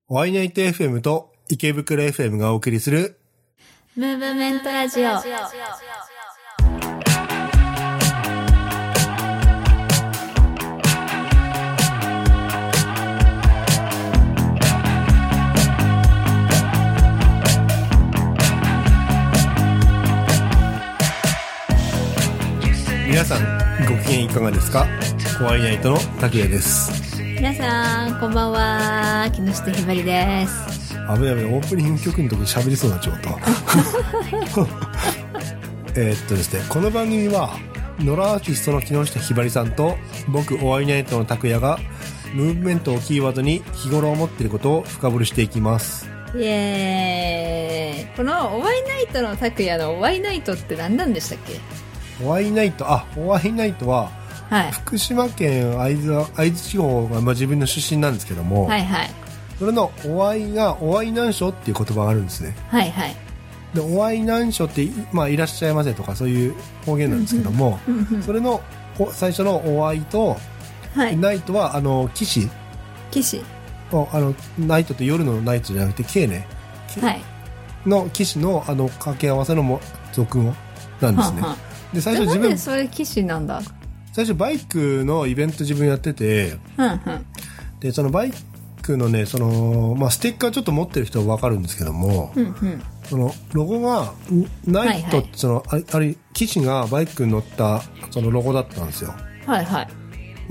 ワイナイト FM と池袋 FM がお送りするムーブメントラジオ。 皆さんご機嫌いかがですか？ワイナイトの拓也です。 皆さんこんばんは、木下ひばりです。 危ない危ない、オープニング曲のとこ喋りそうなちょっとですね、この番組はノラアーティストの木下ひばりさんと僕ワイナイトの拓也がムーブメントをキーワードに日頃思っていることを深掘りしていきます。 イエーイ。このワイナイトの拓也のワイナイトって何なんでしたっけ？ ワイナイト、ワイナイトは、はい、福島県会津地方が、自分の出身なんですけども、 はいはい、 それのお会いがお会い難所っていう言葉があるんですね。 はいはい。 でお会い難所って、いらっしゃいませとかそういう方言なんですけども、それの最初のお会いと、はい、ナイトは騎士ナイトって夜のナイトじゃなくてKね、はい、の騎士の掛け合わせの俗語なんですね。で最初自分なんでそれ騎士なんだ。 最初バイクのイベント自分やってて、でそのバイクのねステッカーちょっと持ってる人は分かるんですけども、そのロゴがナイトってあれ騎士がバイクに乗ったそのロゴだったんですよ。はいはい。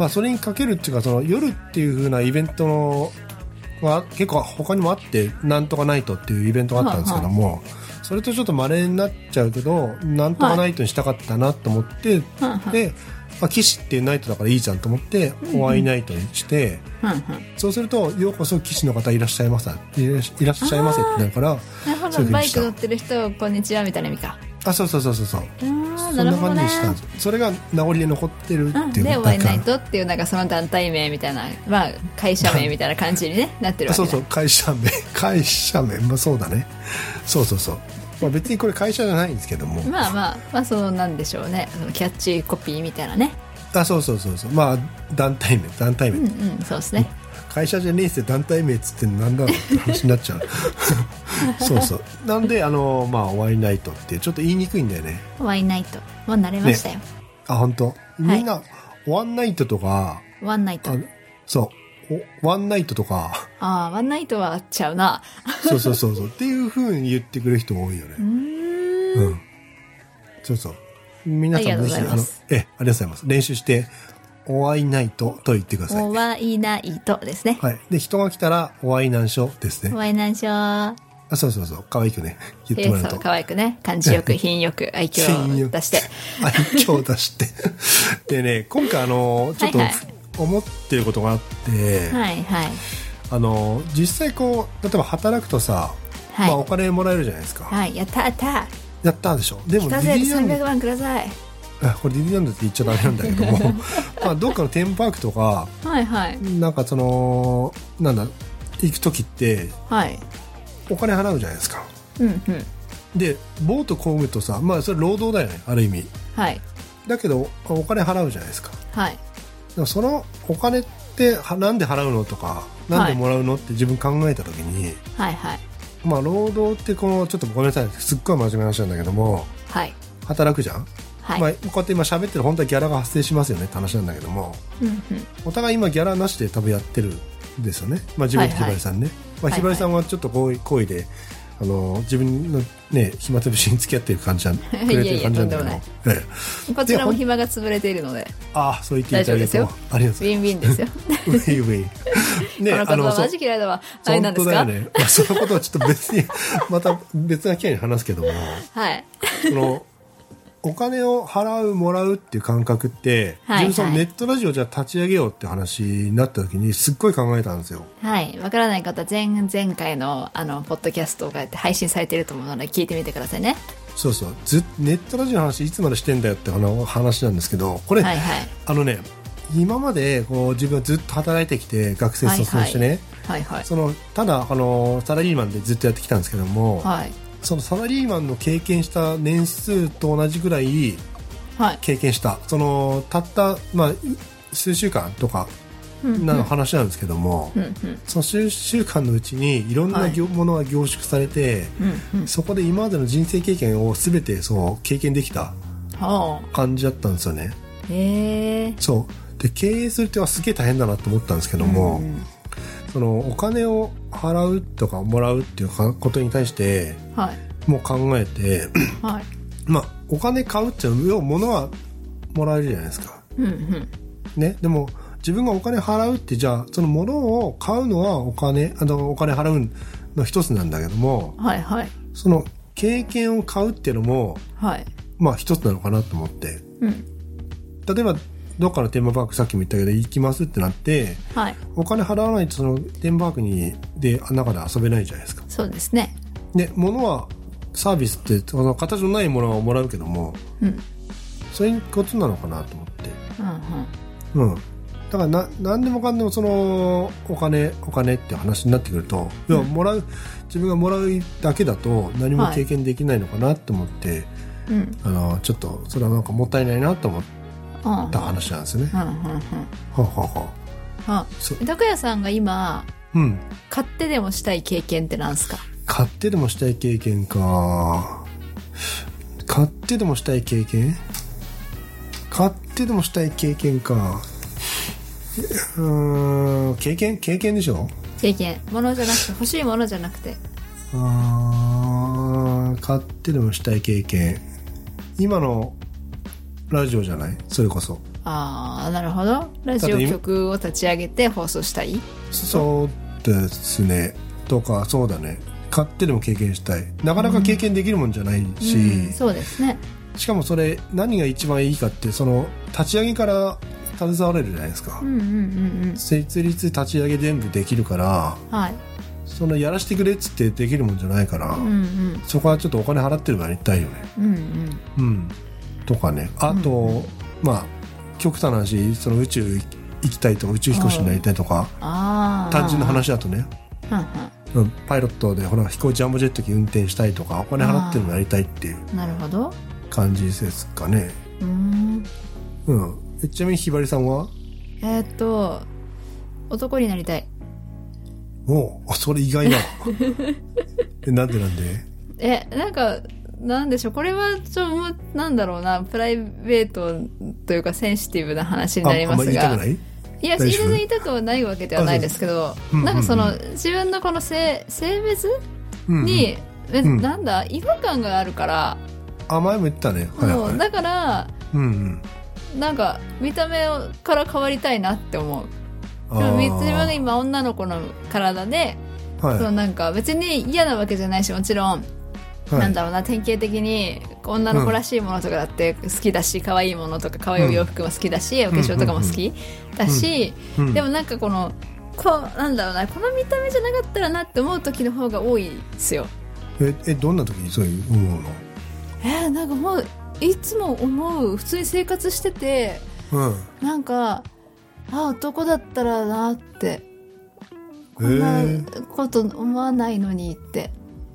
それにかけるっていうか、その夜っていう風なイベントのは結構他にもあって、なんとかナイトっていうイベントがあったんですけども、それとちょっと稀になっちゃうけど、なんとかナイトにしたかったなと思って、で騎士っていうナイトだからいいじゃんと思ってお会いナイトにして、そうするとようこそ騎士の方いらっしゃいませってなるから、 なるほど、バイク乗ってる人こんにちはみたいな意味か。 そうそんな感じにしたんです。それが名残で残ってるっていうで、お会いナイトっていうなんかその団体名みたいな、会社名みたいな感じに、なってるわけだ。 そう会社名そうだね。そう別にこれ会社じゃないんですけども、 そうなんでしょうね、キャッチコピーみたいなね。 そう団体名そうですね。 会社じゃねえっすよ団体名っつってなんだろうって話になっちゃうそうなんでお会いナイトってちょっと言いにくいんだよね。 お会いナイトもう慣れましたよ、ね。 本当、みんな、ワンナイトとかワンナイトワンナイトとかワンナイトはちゃうなそうっていう風に言ってくれる人多いよね。皆さんもぜひありがとうございます。練習してお会いナイトと言ってください。 お会いナイトですね。 はい。で人が来たらお会い難所ですね。 お会い難所。 そう可愛くね言ってもらうと。 可愛くね、感じよく品よく愛嬌を出して愛嬌を出してでね、今回ちょっと思ってることがあって、実際例えば働くとさ、お金もらえるじゃないですか。 やったでしょ。でもディズニーランド300万ください。 これディズニーランドって言っちゃダメなんだけどもどっかのテーマパークとかなんか行く時って、お金払うじゃないですか。でボート漕ぐとさ、それ労働だよね、ある意味。だけどお金払うじゃないですか。でもそのお金ってなんで払うのとか、なんでもらうのって自分考えた時に、労働ってちょっとごめんなさい、すっごい真面目な話なんだけども、働くじゃん。こうやって今喋ってる本当はギャラが発生しますよねって話なんだけども、お互い今ギャラなしで多分やってるんですよね。自分とひばりさんね。ひばりさんはちょっと好意で自分のね暇つぶしに付き合ってる感じなんくれてる感じなんだけど、 こちらも暇が潰れているので、 そう言っていただけるとありがとう。ウィンウィンですよウィンウィンね、 この方マジ嫌いだわ。あれなんですか？ 本当だよね。そのことはちょっと別にまた別な機会に話すけども、お金を払うもらうっていう感覚って、自分そのネットラジオじゃ立ち上げようって話になった時にすっごい考えたんですよ。わからない方、前回のポッドキャストが配信されていると思うので聞いてみてくださいね。ネットラジオの話いつまでしてんだよって話なんですけど、これ、今まで自分はずっと働いてきて、学生卒業してね、ただサラリーマンでずっとやってきたんですけども、そのサラリーマンの経験した年数と同じぐらい経験した、たった、数週間とかな話なんですけども、その数週間のうちにいろんなものが凝縮されて、そこで今までの人生経験を全てそう経験できた感じだったんですよね。そうで経営するってはすげえ大変だなと思ったんですけども、そのお金を払うとかもらうっていうことに対して、もう考えて、まあお金買うっていうのは物はもらえるじゃないですか、ね、でも自分がお金払うってじゃあその物を買うのはお金払うの一つなんだけども、その経験を買うっていうのも、まあ一つなのかなと思って、例えばどっかのテーマパークさっきも言ったけど行きますってなって、お金払わないとそのテーマパークで中で遊べないじゃないですか。 そうですね。 で物はサービスってその形のないものはもらうけども、そういうことなのかなと思って、だから何でもかんでもそのお金って話になってくると、要は自分がもらうだけだと何も経験できないのかなと思って、ちょっとそれはなんかもったいないなと思った話なんですね。 拓也さんが今、買ってでもしたい経験って何ですか？ 買ってでもしたい経験か。買ってでもしたい経験か。経験でしょ？ 経験。物じゃなくて、欲しいものじゃなくて。 買ってでもしたい経験。今のラジオじゃない？それこそ。 なるほど。ラジオ局を立ち上げて放送したい？ そうですね。とか、そうだね。買ってでも経験したい。なかなか経験できるもんじゃないし、 そうですね。 しかもそれ何が一番いいかってその立ち上げから携われるじゃないですか。設立立ち上げ全部できるから、そのやらしてくれっつってできるもんじゃないから、そこはちょっとお金払ってるからやりたいよね。とかね。あと、まあ極端な話、その宇宙行きたいとか宇宙飛行士になりたいとか、単純な話だとね。パイロットでほら飛行ジャンボジェット機運転したいとかお金払ってるのやりたいっていう感じですかね。ちなみにひばりさんは？ 男になりたい。 それ意外だ。なんでなんかなんでしょう、これはなんだろうな、プライベートというかセンシティブな話になりますが、 言いたくない？ いや、言いたくはないわけではないですけど、なんかその自分のこの性別に、なんだ違和感があるから。 前も言ったね。 だから、なんか見た目から変わりたいなって思う。自分が今女の子の体で、なんか別に嫌なわけじゃないし、もちろんなんだろうな、典型的に女の子らしいものとかだって好きだし、可愛いものとか可愛いお洋服も好きだし、お化粧とかも好きだし、でもなんかなんだろうな、この見た目じゃなかったらなって思う時の方が多いですよ。 どんな時にそういう思うの？ なんかもういつも思う。普通に生活してて、なんか男だったらなって、こんなこと思わないのにって。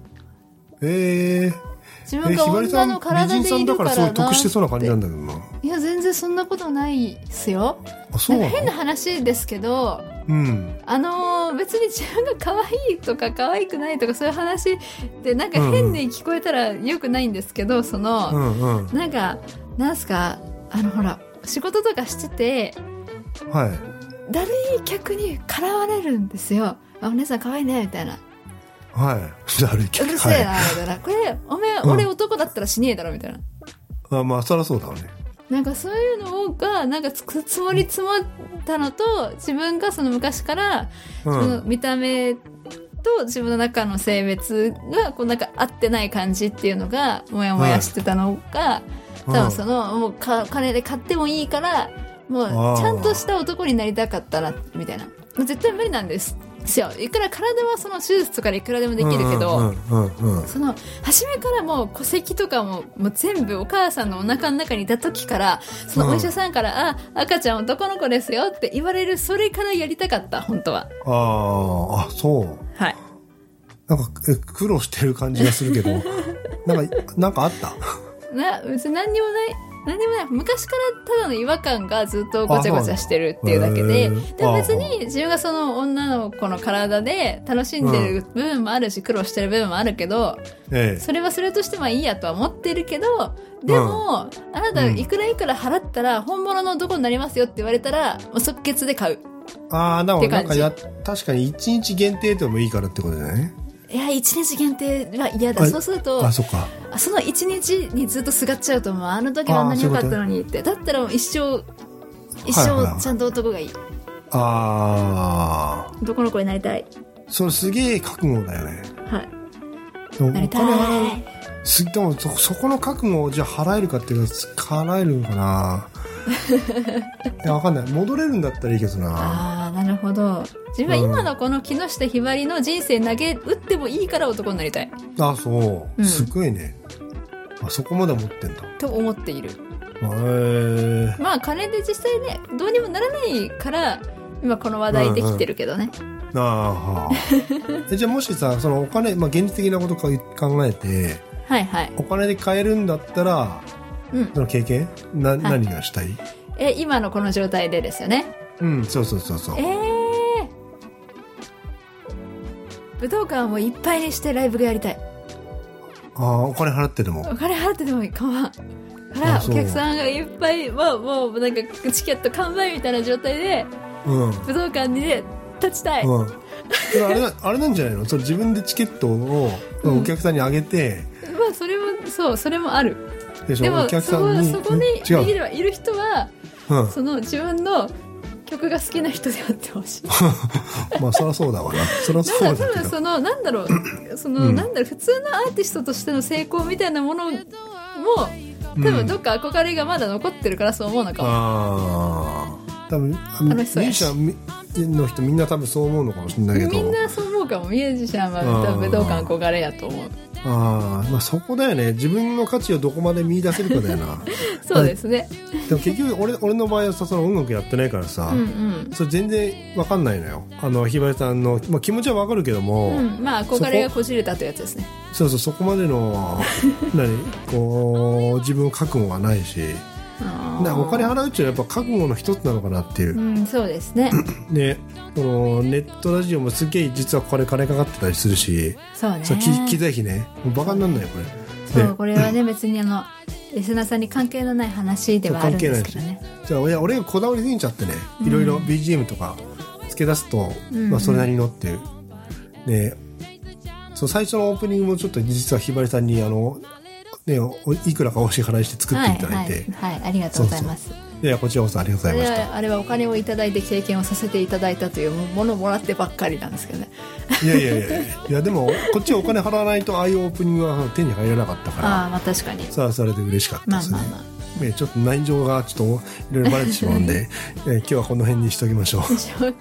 自分が女の体でいるからなって。美人さんだからそういう得してそうな感じなんだけどな。いや、全然そんなことないですよ。変な話ですけど、別に自分が可愛いとか可愛くないとかそういう話でなんか変に聞こえたら良くないんですけど、なんかなんすか、ほら仕事とかしてて、だるい客にからわれるんですよ。お姉さん可愛いねみたいな。だるい客。うるせえなみたいな。これ俺男だったらしねえだろみたいな。 まあそりゃそうだろうね。 なんかそういうのがなんか積もったのと、自分がその昔からその見た目と自分の中の性別がなんか合ってない感じっていうのがもやもやしてたのが、多分もう金で買ってもいいからもうちゃんとした男になりたかったなみたいな。絶対無理なんですよ。いくら体はその手術とかでいくらでもできるけど、その初めからもう戸籍とかも全部お母さんのお腹の中にいた時から、そのお医者さんから赤ちゃん男の子ですよって言われる、それからやりたかった、本当は。 そう。なんか苦労してる感じがするけどなんかあった？ 別に何にもない。 何でもない。昔からただの違和感がずっとごちゃごちゃしてるっていうだけで、でも別に自分がその女の子の体で楽しんでる部分もあるし、苦労してる部分もあるけど、それはそれとしてはいいやとは思ってるけど、でも、あなたいくらいくら払ったら本物の男になりますよって言われたら、もう即決で買う。 ああ、だからなんか確かに1日限定でもいいからってことだよね。 いや、1日限定は嫌だ。そうすると、 そっか。 その1日にずっとすがっちゃうと、もうあの時あんなに良かったのにって。だったらもう一生ちゃんと男がいい。男の子になりたい。 それすげえ覚悟だよね。 はい。なりたい。 でもそこの覚悟をじゃあ払えるかっていうか、払えるのかな。いや、わかんない。戻れるんだったらいいけどな。 ああ、なるほど。自分は今のこの木下ひばりの人生投げ打ってもいいから男になりたい。 あ、そう。すごいね。そこまで思ってんだ。 と思っている。まあ、金で実際ね、どうにもならないから、今この話題できてるけどね。 じゃあもしさ、そのお金、まあ現実的なこと考えて、 はいはい。 お金で買えるんだったら、その経験何がしたい？ 今のこの状態でですよね。 そう。 武道館をいっぱいにしてライブがやりたい。 お金払ってでも。 お金払ってでもいいかも。からお客さんがいっぱい、もうなんかチケット完売みたいな状態で、武道館にね、立ちたい。 あれなんじゃないの？それ自分でチケットをお客さんにあげて。 まあそれもそう、それもある。でもお客さんにそこにいる人は、その自分の曲が好きな人であってほしい。 まあそりゃそうだわな。そりゃそうだけど。 多分そのなんだろう普通のアーティストとしての成功みたいなものも多分どっか憧れがまだ残ってるからそう思うのかも。 多分ミュージシャンの人みんな多分そう思うのかもしれないけど。 みんなそう思うかも。ミュージシャンは多分武道館憧れやと思う。 まあそこだよね。自分の価値をどこまで見出せるかだよな。 そうですね。 でも結局俺の場合はさ、その音楽やってないからさ、それ全然わかんないのよ。ひばりさんの、まあ、気持ちはわかるけども、 まあ憧れがこじれたというやつですね。 そうそこまでのこう自分覚悟がないし。お金払うっていうのはやっぱ覚悟の一つなのかなっていう、 そうですね。 でこのネットラジオもすげえ実はこれ金かかってたりするし、 そうね、 機材費ね、もうバカになんないよこれ。 そう、これはね別にリスナーさんに関係のない話ではあるんですけどね。 じゃあ俺がこだわりすぎちゃってね、いろいろ BGM とか付け出すと、まあそれなりのっていう。で、最初のオープニングもちょっと実はひばりさんにね、いくらかお支払いして作っていただいて、 はい、ありがとうございます。 いやこちらこそありがとうございました。 あれはお金をいただいて経験をさせていただいたというものをもらってばっかりなんですけどね。 いやでもこっちはお金払わないとああいうオープニングは手に入らなかったから。 まあ確かに。 さあそれで嬉しかったですね。ちょっと内情がちょっといろいろバレてしまうんで今日はこの辺にしときましょう。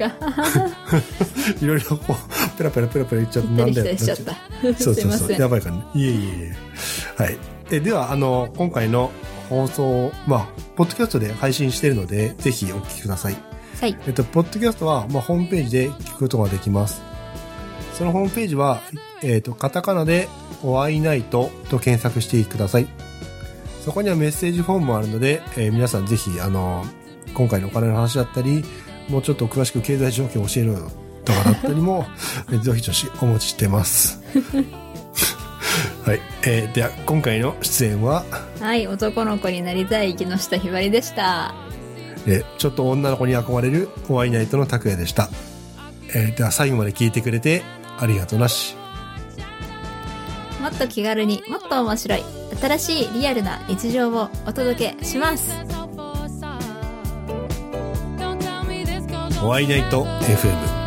いろいろこうペラペラ言っちゃってなんだよってなっちゃった。そうやばいからね。いえはい。では今回の放送ポッドキャストで配信しているのでぜひお聞きください。 はい。 ポッドキャストはホームページで聞くことができます。そのホームページはカタカナでお会いナイトと検索してください。そこにはメッセージフォームもあるので、皆さんぜひ今回のお金の話だったりもうちょっと詳しく経済状況を教えろとかだったりもぜひお待ちしてますはい、では今回の出演は男の子になりたい木下ひばりでした。 ちょっと女の子に憧れるお会いナイトの拓也でした。では最後まで聞いてくれてありがとうなし。 もっと気軽にもっと面白い新しいリアルな日常をお届けします。 お会いナイト FM